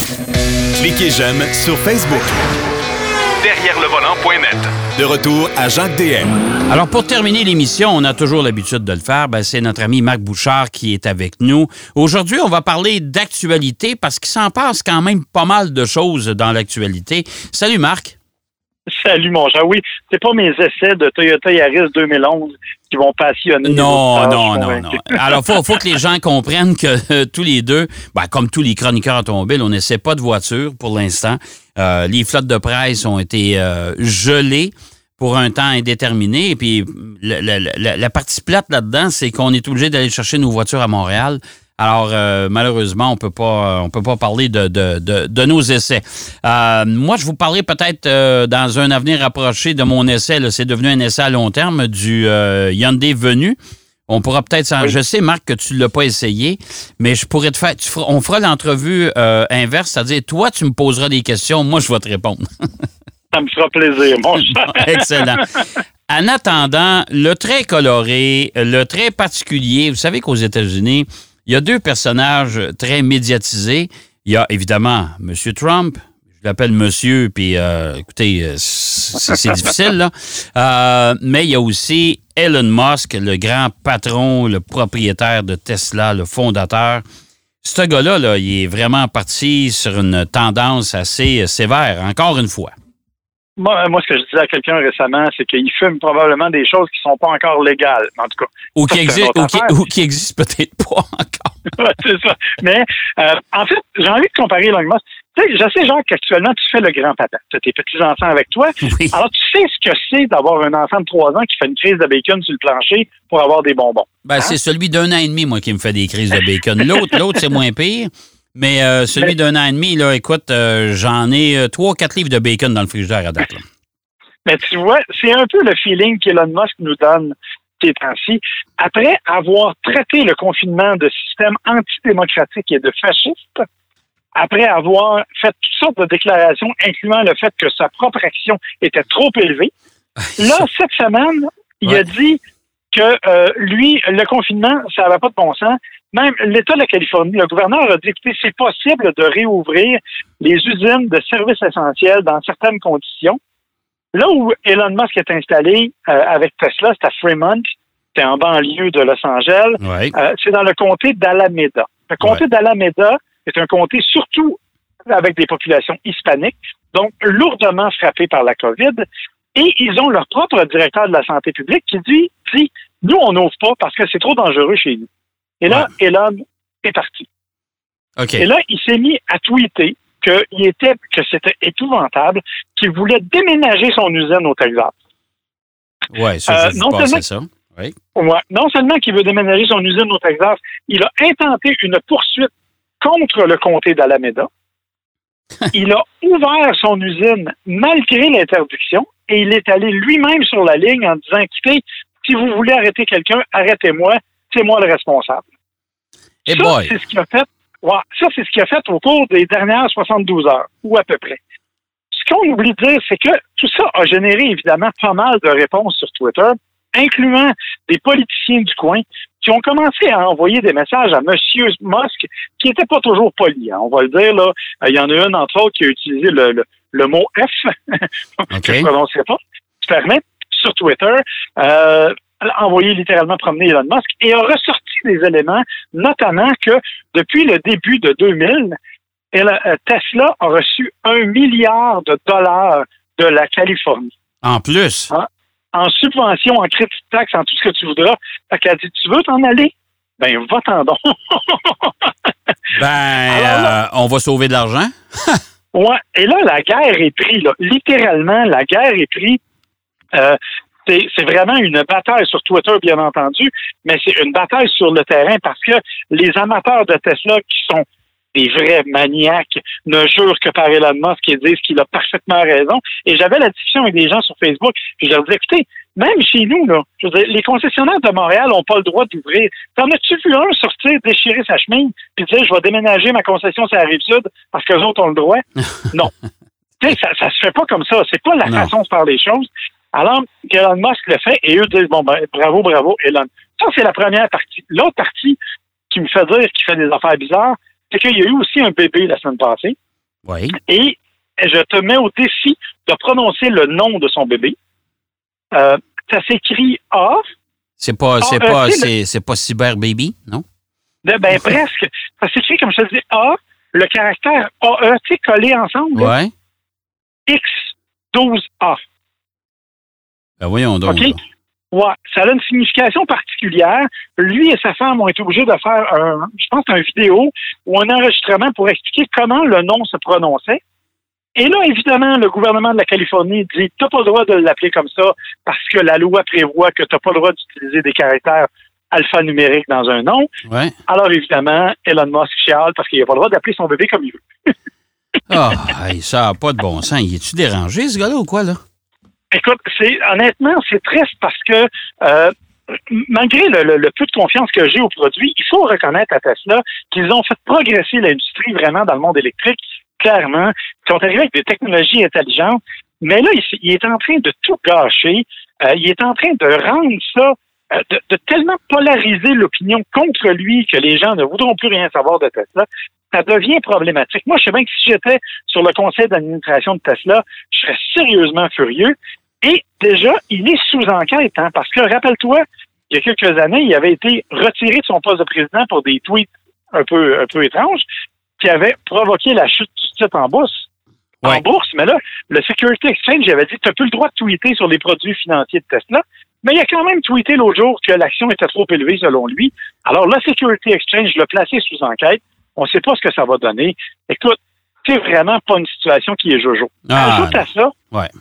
Cliquez j'aime sur Facebook. Derrière le volant.net. De retour à Jacques DM. Alors, pour terminer l'émission, on a toujours l'habitude de le faire. C'est notre ami Marc Bouchard qui est avec nous. Aujourd'hui, on va parler d'actualité parce qu'il s'en passe quand même pas mal de choses dans l'actualité. Salut, Marc. Salut, mon Jean. Oui, c'est pas mes essais de Toyota Yaris 2011 qui vont passionner. Non. Alors, faut que les gens comprennent que tous les deux, comme tous les chroniqueurs automobiles, on n'essaie pas de voiture pour l'instant. Les flottes de presse ont été gelées pour un temps indéterminé. Et puis, la partie plate là-dedans, c'est qu'on est obligé d'aller chercher nos voitures à Montréal. Alors, malheureusement, on peut pas parler de nos essais. Moi, je vous parlerai peut-être dans un avenir rapproché de mon essai. Là, c'est devenu un essai à long terme du Hyundai Venue. On pourra peut-être... Oui. Je sais, Marc, que tu ne l'as pas essayé, mais je pourrais te faire... on fera l'entrevue inverse, c'est-à-dire, toi, tu me poseras des questions, moi, je vais te répondre. Ça me fera plaisir, mon cher. Excellent. En attendant, le trait coloré, le trait particulier, vous savez qu'aux États-Unis, il y a deux personnages très médiatisés. Il y a évidemment M. Trump. Je l'appelle monsieur, puis écoutez, c'est difficile, là. Mais il y a aussi Elon Musk, le grand patron, le propriétaire de Tesla, le fondateur. Ce gars-là, là, il est vraiment parti sur une tendance assez sévère, encore une fois. Moi, ce que je disais à quelqu'un récemment, c'est qu'il fume probablement des choses qui ne sont pas encore légales, en tout cas. Ou qui existent peut-être pas encore. Ouais, c'est ça. Mais, en fait, j'ai envie de comparer Elon Musk. Tu sais, je sais, Jacques, qu'actuellement, tu fais le grand-papa. Tu as tes petits-enfants avec toi. Oui. Alors, tu sais ce que c'est d'avoir un enfant de 3 ans qui fait une crise de bacon sur le plancher pour avoir des bonbons. C'est celui d'1 an et demi, moi, qui me fait des crises de bacon. L'autre, c'est moins pire. Mais celui d'1 an et demi, là, écoute, j'en ai 3-4 livres de bacon dans le frigidaire à date. Là. Mais tu vois, c'est un peu le feeling qu'Elon Musk nous donne ces temps-ci. Après avoir traité le confinement de système antidémocratique et de fasciste, après avoir fait toutes sortes de déclarations, incluant le fait que sa propre action était trop élevée, là, cette semaine, il a dit que lui, le confinement, ça n'avait pas de bon sens. Même l'État de la Californie, le gouverneur a dit, écoutez, c'est possible de réouvrir les usines de services essentiels dans certaines conditions. Là où Elon Musk est installé avec Tesla, c'est à Fremont, c'est en banlieue de Los Angeles. Ouais. C'est dans le comté d'Alameda. Le comté d'Alameda est un comté surtout avec des populations hispaniques, donc lourdement frappées par la COVID. Et ils ont leur propre directeur de la santé publique qui dit nous, on n'ouvre pas parce que c'est trop dangereux chez nous. Et là, Elon est parti. Okay. Et là, il s'est mis à tweeter que c'était épouvantable, qu'il voulait déménager son usine au Texas. Oui, ça, je pensais ça. Oui. Ouais, non seulement qu'il veut déménager son usine au Texas, il a intenté une poursuite contre le comté d'Alameda. Il a ouvert son usine malgré l'interdiction et il est allé lui-même sur la ligne en disant, écoutez, si vous voulez arrêter quelqu'un, arrêtez-moi, c'est moi le responsable. C'est ce qu'il a fait. Ouais, ça, c'est ce qu'il a fait au cours des dernières 72 heures, ou à peu près. Ce qu'on oublie de dire, c'est que tout ça a généré évidemment pas mal de réponses sur Twitter, incluant des politiciens du coin qui ont commencé à envoyer des messages à M. Musk qui n'étaient pas toujours polis. Hein. On va le dire, là. Il y en a une, entre autres, qui a utilisé le mot F, que je ne prononcerai pas, tu permets, sur Twitter, envoyé littéralement promener Elon Musk et a ressorti des éléments, notamment que depuis le début de 2000, Tesla a reçu $1 milliard de la Californie. En plus? En subvention, en crédit de taxe, en tout ce que tu voudras. Fait qu'elle a dit, tu veux t'en aller? Ben, va-t'en donc. On va sauver de l'argent. Ouais. Et là, la guerre est prise, là. Littéralement, la guerre est prise. C'est vraiment une bataille sur Twitter, bien entendu, mais c'est une bataille sur le terrain parce que les amateurs de Tesla qui sont des vrais maniaques ne jurent que par Elon Musk et disent qu'il a parfaitement raison. Et j'avais la discussion avec des gens sur Facebook, puis je leur disais, écoutez, même chez nous, là, je veux dire, les concessionnaires de Montréal n'ont pas le droit d'ouvrir. T'en as-tu vu un sortir, déchirer sa chemise, puis dire, je vais déménager ma concession sur la Rive-Sud parce qu'eux autres ont le droit? Non. Tu sais, ça se fait pas comme ça. C'est pas la façon de faire les choses. Alors, Elon Musk le fait et eux disent, bon, ben, bravo, Elon. Ça, c'est la première partie. L'autre partie qui me fait dire qu'il fait des affaires bizarres, c'est qu'il y a eu aussi un bébé la semaine passée. Oui. Et je te mets au défi de prononcer le nom de son bébé. Ça s'écrit A. C'est pas Cyber Baby, non? Ben, presque. Ça s'écrit, comme je te dis, A, le caractère AE, tu sais, collé ensemble. Oui. X12A. Ben voyons donc. OK? Ouais, ça a une signification particulière. Lui et sa femme ont été obligés de faire une vidéo ou un enregistrement pour expliquer comment le nom se prononçait. Et là, évidemment, le gouvernement de la Californie dit « T'as pas le droit de l'appeler comme ça parce que la loi prévoit que t'as pas le droit d'utiliser des caractères alphanumériques dans un nom. Ouais. » Alors, évidemment, Elon Musk chiale parce qu'il n'a pas le droit d'appeler son bébé comme il veut. Ça n'a pas de bon sens. Il est-tu dérangé, ce gars-là, ou quoi, là? Écoute, honnêtement, c'est triste parce que malgré le peu de confiance que j'ai au produit, il faut reconnaître à Tesla qu'ils ont fait progresser l'industrie vraiment dans le monde électrique. Clairement, ils sont arrivés avec des technologies intelligentes, mais là, il est en train de tout gâcher. Il est en train de rendre ça, de tellement polariser l'opinion contre lui que les gens ne voudront plus rien savoir de Tesla. Ça devient problématique. Moi, je sais bien que si j'étais sur le conseil d'administration de Tesla, je serais sérieusement furieux. Et déjà, il est sous enquête, hein, parce que, rappelle-toi, il y a quelques années, il avait été retiré de son poste de président pour des tweets un peu étranges qui avaient provoqué la chute du titre en bourse. Ouais. En bourse, mais là, le Security Exchange avait dit, tu n'as plus le droit de tweeter sur les produits financiers de Tesla, mais il a quand même tweeté l'autre jour que l'action était trop élevée selon lui. Alors, le Security Exchange l'a placé sous enquête. On ne sait pas ce que ça va donner. Écoute, c'est vraiment pas une situation qui est jojo. Ajoute à ça,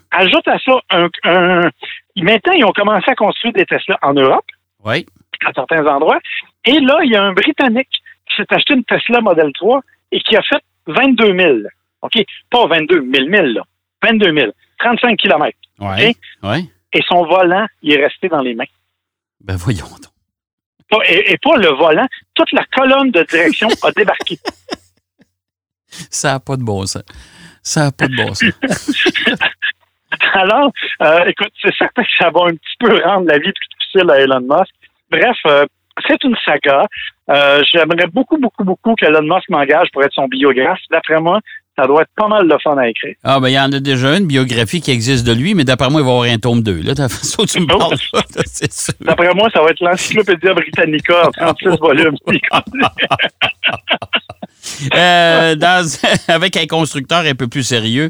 maintenant, ils ont commencé à construire des Tesla en Europe, oui, à certains endroits, et là, il y a un Britannique qui s'est acheté une Tesla Model 3 et qui a fait 22 000. OK? Pas 22 000 là. 22 000. 35 km. oui, okay? oui. Et son volant, il est resté dans les mains. Ben voyons donc. Et pas le volant, toute la colonne de direction a débarqué. Ça n'a pas de bon sens. Ça n'a pas de bon sens. Alors, écoute, c'est certain que ça va un petit peu rendre la vie plus difficile à Elon Musk. Bref, c'est une saga. J'aimerais beaucoup qu'Elon Musk m'engage pour être son biographe. D'après moi, ça doit être pas mal de fun à écrire. Ah, ben il y en a déjà une biographie qui existe de lui, mais d'après moi, il va y avoir un tome 2. Là, de la façon dont tu me parles, là, c'est sûr. D'après moi, ça va être l'Encyclopédia Britannica en 36 volumes. Avec un constructeur un peu plus sérieux,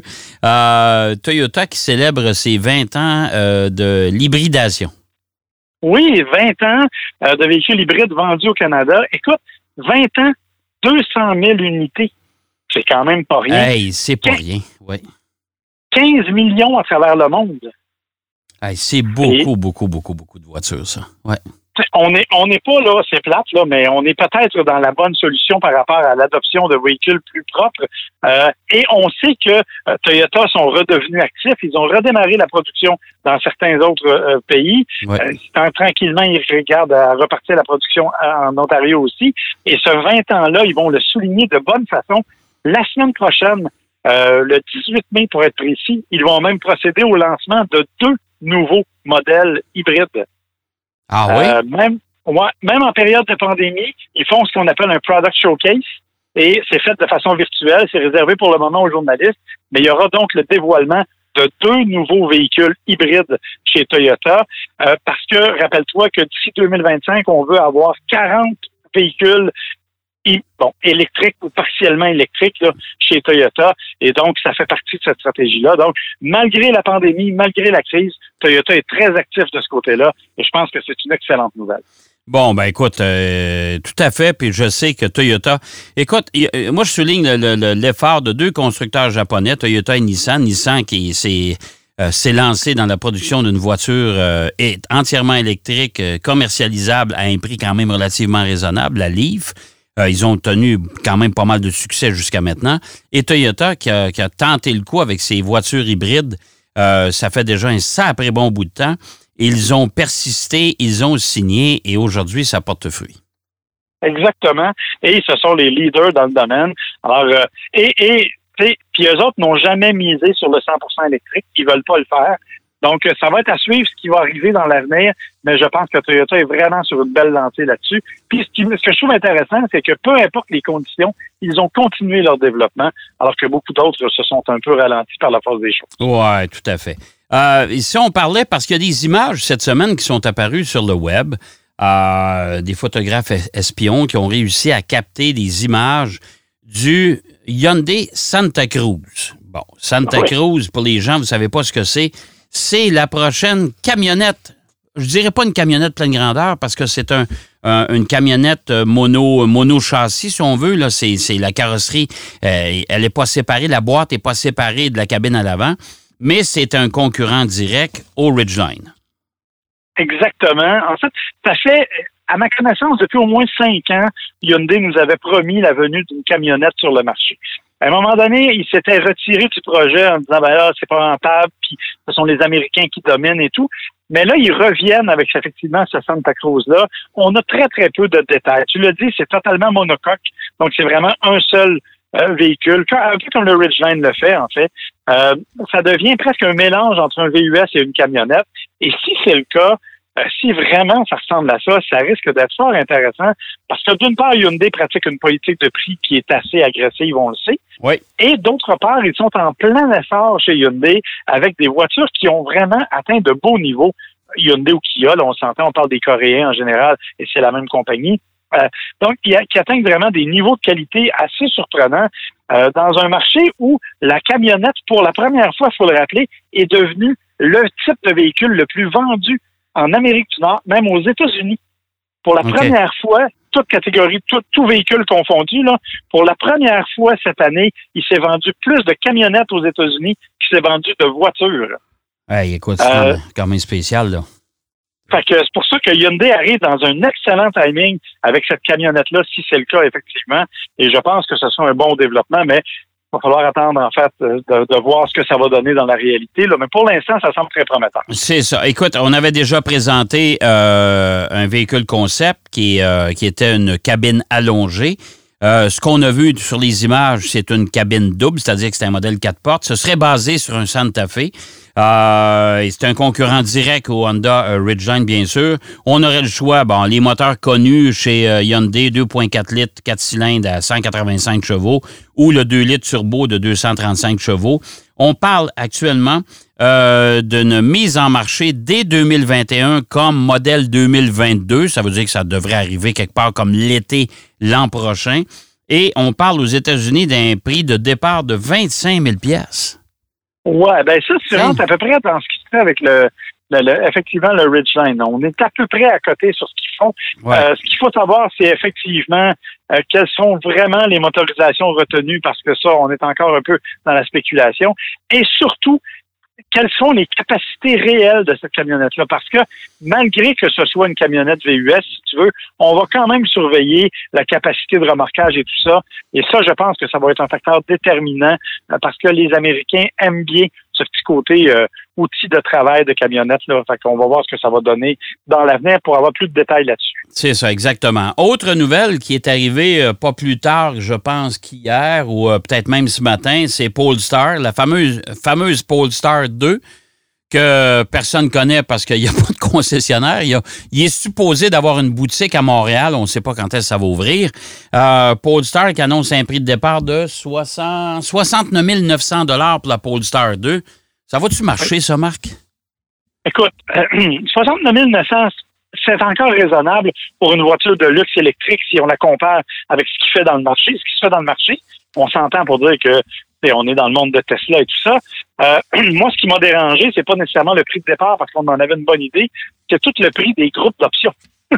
Toyota qui célèbre ses 20 ans de l'hybridation. Oui, 20 ans de véhicules hybrides vendus au Canada. Écoute, 20 ans, 200 000 unités. C'est quand même pas rien. Hey, c'est pas rien, oui. 15 millions à travers le monde. Hey, c'est beaucoup de voitures, ça. Ouais. On n'est pas là, c'est plate, là, mais on est peut-être dans la bonne solution par rapport à l'adoption de véhicules plus propres. Et on sait que Toyota sont redevenus actifs. Ils ont redémarré la production dans certains autres pays. Ouais. Tranquillement, ils regardent à repartir la production en Ontario aussi. Et ce 20 ans-là, ils vont le souligner de bonne façon. La semaine prochaine, le 18 mai pour être précis, ils vont même procéder au lancement de 2 nouveaux modèles hybrides. Ah oui? Même en période de pandémie, ils font ce qu'on appelle un product showcase et c'est fait de façon virtuelle. C'est réservé pour le moment aux journalistes, mais il y aura donc le dévoilement de 2 nouveaux véhicules hybrides chez Toyota parce que, rappelle-toi que d'ici 2025, on veut avoir 40 véhicules électriques ou partiellement électriques là, chez Toyota. Et donc, ça fait partie de cette stratégie-là. Donc, malgré la pandémie, malgré la crise, Toyota est très actif de ce côté-là. Et je pense que c'est une excellente nouvelle. Bon, ben écoute, tout à fait. Puis je sais que Toyota... Écoute, moi, je souligne l'effort de 2 constructeurs japonais, Toyota et Nissan. Nissan qui s'est lancé dans la production d'une voiture entièrement électrique, commercialisable à un prix quand même relativement raisonnable, la Leaf. Ils ont obtenu quand même pas mal de succès jusqu'à maintenant. Et Toyota qui a tenté le coup avec ses voitures hybrides, ça fait déjà un sacré bon bout de temps. Ils ont persisté, ils ont signé et aujourd'hui, ça porte fruit. Exactement. Et ce sont les leaders dans le domaine. Alors, puis eux autres n'ont jamais misé sur le 100% électrique. Ils veulent pas le faire. Donc, ça va être à suivre ce qui va arriver dans l'avenir, mais je pense que Toyota est vraiment sur une belle lancée là-dessus. Puis, ce que je trouve intéressant, c'est que peu importe les conditions, ils ont continué leur développement, alors que beaucoup d'autres se sont un peu ralentis par la force des choses. Oui, tout à fait. Ici, on parlait, parce qu'il y a des images cette semaine qui sont apparues sur le web, des photographes espions qui ont réussi à capter des images du Hyundai Santa Cruz. Bon, Santa Cruz, pour les gens, vous ne savez pas ce que c'est la prochaine camionnette. Je dirais pas une camionnette pleine grandeur parce que c'est une camionnette mono châssis, si on veut. Là, c'est la carrosserie. Elle n'est pas séparée, la boîte n'est pas séparée de la cabine à l'avant, mais c'est un concurrent direct au Ridgeline. Exactement. En fait, ça fait, à ma connaissance, depuis au moins 5 ans, Hyundai nous avait promis la venue d'une camionnette sur le marché. À un moment donné, il s'était retiré du projet en disant, ben là, c'est pas rentable, puis ce sont les Américains qui dominent et tout. Mais là, ils reviennent avec effectivement ce Santa Cruz-là. On a très, très peu de détails. Tu l'as dit, c'est totalement monocoque. Donc, c'est vraiment un seul véhicule, un peu comme le Ridgeline le fait, en fait. Ça devient presque un mélange entre un VUS et une camionnette. Et si c'est le cas, si vraiment ça ressemble à ça, ça risque d'être fort intéressant parce que d'une part, Hyundai pratique une politique de prix qui est assez agressive, on le sait. Oui. Et d'autre part, ils sont en plein essor chez Hyundai avec des voitures qui ont vraiment atteint de beaux niveaux. Hyundai ou Kia, là, on s'entend, on parle des Coréens en général et c'est la même compagnie. Donc, qui atteignent vraiment des niveaux de qualité assez surprenants dans un marché où la camionnette, pour la première fois, il faut le rappeler, est devenue le type de véhicule le plus vendu en Amérique du Nord, même aux États-Unis. Pour la première fois, toute catégorie, tout véhicule confondu, là, pour la première fois cette année, il s'est vendu plus de camionnettes aux États-Unis qu'il s'est vendu de voitures. Hey, écoute, c'est quand même spécial, là. Fait que c'est pour ça que Hyundai arrive dans un excellent timing avec cette camionnette-là, si c'est le cas, effectivement. Et je pense que ce sera un bon développement, mais il va falloir attendre, en fait, de voir ce que ça va donner dans la réalité. Là. Mais pour l'instant, ça semble très prometteur. C'est ça. Écoute, on avait déjà présenté un véhicule concept qui était une cabine allongée. Ce qu'on a vu sur les images, c'est une cabine double, c'est-à-dire que c'est un modèle 4 portes. Ce serait basé sur un Santa Fe. Et c'est un concurrent direct au Honda Ridgeline, bien sûr. On aurait le choix, les moteurs connus chez Hyundai, 2.4 litres, 4 cylindres à 185 chevaux ou le 2 litres turbo de 235 chevaux. On parle actuellement d'une mise en marché dès 2021 comme modèle 2022. Ça veut dire que ça devrait arriver quelque part comme l'été l'an prochain. Et on parle aux États-Unis d'un prix de départ de 25 000 $. Ouais, ben ça, tu rentres à peu près dans ce qui se fait avec effectivement le Ridgeline. On est à peu près à côté sur ce qu'ils font. Ouais. Ce qu'il faut savoir, c'est effectivement quelles sont vraiment les motorisations retenues, parce que ça, on est encore un peu dans la spéculation. Et surtout, quelles sont les capacités réelles de cette camionnette-là? Parce que malgré que ce soit une camionnette VUS, si tu veux, on va quand même surveiller la capacité de remorquage et tout ça. Et ça, je pense que ça va être un facteur déterminant parce que les Américains aiment bien ce petit côté outil de travail de camionnette, là. Fait qu'on va voir ce que ça va donner dans l'avenir pour avoir plus de détails là-dessus. C'est ça, exactement. Autre nouvelle qui est arrivée pas plus tard, je pense, qu'hier ou peut-être même ce matin, c'est Polestar, la fameuse Polestar 2 que personne ne connaît parce qu'il n'y a pas de concessionnaire. Il est supposé d'avoir une boutique à Montréal. On ne sait pas quand est-ce que ça va ouvrir. Polestar qui annonce un prix de départ de 69 900 $ pour la Polestar 2. Ça va-tu marcher, ça, Marc? Écoute, 69 900, c'est encore raisonnable pour une voiture de luxe électrique si on la compare avec ce qui se fait dans le marché. Ce qui se fait dans le marché, on s'entend pour dire que on est dans le monde de Tesla et tout ça. Moi, ce qui m'a dérangé, c'est pas nécessairement le prix de départ parce qu'on en avait une bonne idée, c'est tout le prix des groupes d'options.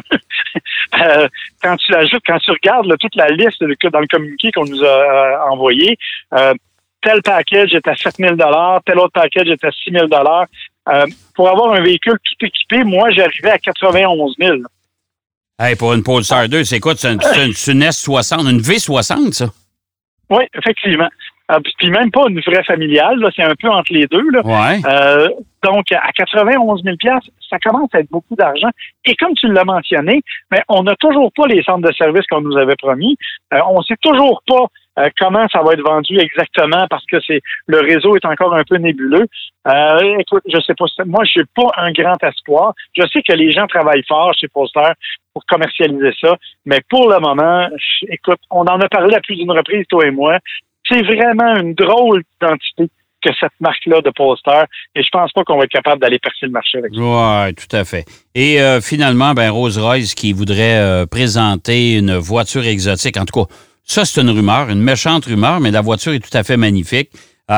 Quand tu regardes là, toute la liste dans le communiqué qu'on nous a envoyé, tel package est à 7 000 $, tel autre package est à 6 000 $. Pour avoir un véhicule tout équipé, moi, j'arrivais à 91 000. Hey, pour une Polestar 2, c'est quoi? C'est une S60, une V60, ça? Oui, effectivement. Puis même pas une vraie familiale, là, c'est un peu entre les deux. Là. Ouais. Donc, à 91 000 $, ça commence à être beaucoup d'argent. Et comme tu l'as mentionné, mais on n'a toujours pas les centres de service qu'on nous avait promis. On sait toujours pas comment ça va être vendu exactement parce que le réseau est encore un peu nébuleux. Écoute, je sais pas. Moi, je n'ai pas un grand espoir. Je sais que les gens travaillent fort chez Foster pour commercialiser ça, mais pour le moment, écoute, on en a parlé à plus d'une reprise, toi et moi. C'est vraiment une drôle d'identité que cette marque-là de Poster, et je pense pas qu'on va être capable d'aller percer le marché avec ça. Oui, tout à fait. Et finalement, Rolls-Royce qui voudrait présenter une voiture exotique. En tout cas, ça, c'est une rumeur, une méchante rumeur, mais la voiture est tout à fait magnifique.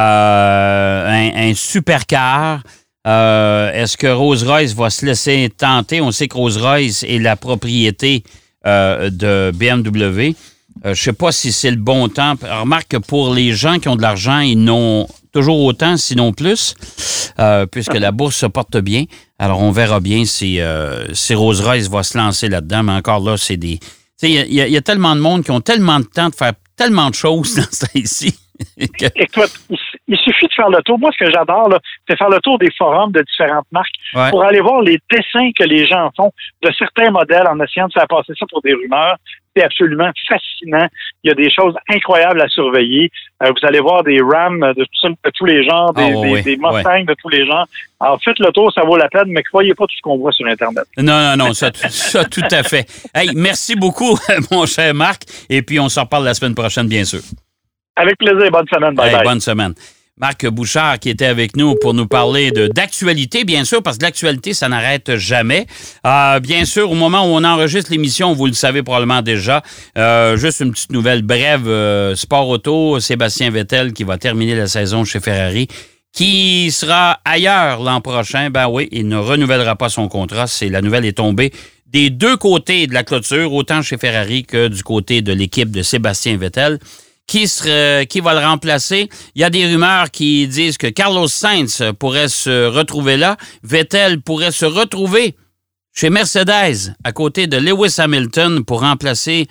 Un supercar. Est-ce que Rolls-Royce va se laisser tenter? On sait que Rolls-Royce est la propriété de BMW. Je sais pas si c'est le bon temps. Remarque que pour les gens qui ont de l'argent, ils n'ont toujours autant, sinon plus, puisque la bourse se porte bien. Alors, on verra bien si Rolls-Royce va se lancer là-dedans. Mais encore là, c'est des... Il y a tellement de monde qui ont tellement de temps de faire tellement de choses dans ce temps-ci. Écoute, il suffit de faire le tour. Moi, ce que j'adore, là, c'est faire le tour des forums de différentes marques pour aller voir les dessins que les gens font de certains modèles en essayant de faire passer ça pour des rumeurs. C'est absolument fascinant. Il y a des choses incroyables à surveiller. Vous allez voir des Rams de tous les genres, des Mustangs de tous les genres. Alors, faites le tour, ça vaut la peine, mais croyez pas tout ce qu'on voit sur Internet. Non, ça tout à fait. Hey, merci beaucoup, mon cher Marc, et puis on se reparle la semaine prochaine, bien sûr. Avec plaisir. Bonne semaine. Bye. Bonne semaine. Marc Bouchard qui était avec nous pour nous parler d'actualité, bien sûr, parce que l'actualité, ça n'arrête jamais. Bien sûr, au moment où on enregistre l'émission, vous le savez probablement déjà, juste une petite nouvelle brève, Sport Auto, Sébastien Vettel qui va terminer la saison chez Ferrari, qui sera ailleurs l'an prochain. Ben oui, il ne renouvellera pas son contrat. La nouvelle est tombée des deux côtés de la clôture, autant chez Ferrari que du côté de l'équipe de Sébastien Vettel. Qui va le remplacer? Il y a des rumeurs qui disent que Carlos Sainz pourrait se retrouver là. Vettel pourrait se retrouver chez Mercedes, à côté de Lewis Hamilton, pour remplacer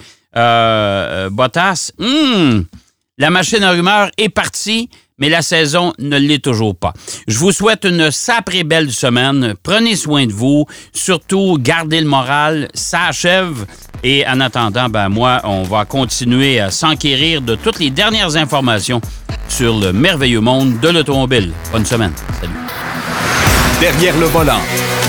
Bottas. La machine à rumeurs est partie, mais la saison ne l'est toujours pas. Je vous souhaite une sapré belle semaine. Prenez soin de vous. Surtout, gardez le moral. Ça achève. Et en attendant, moi, on va continuer à s'enquérir de toutes les dernières informations sur le merveilleux monde de l'automobile. Bonne semaine. Salut. Derrière le volant.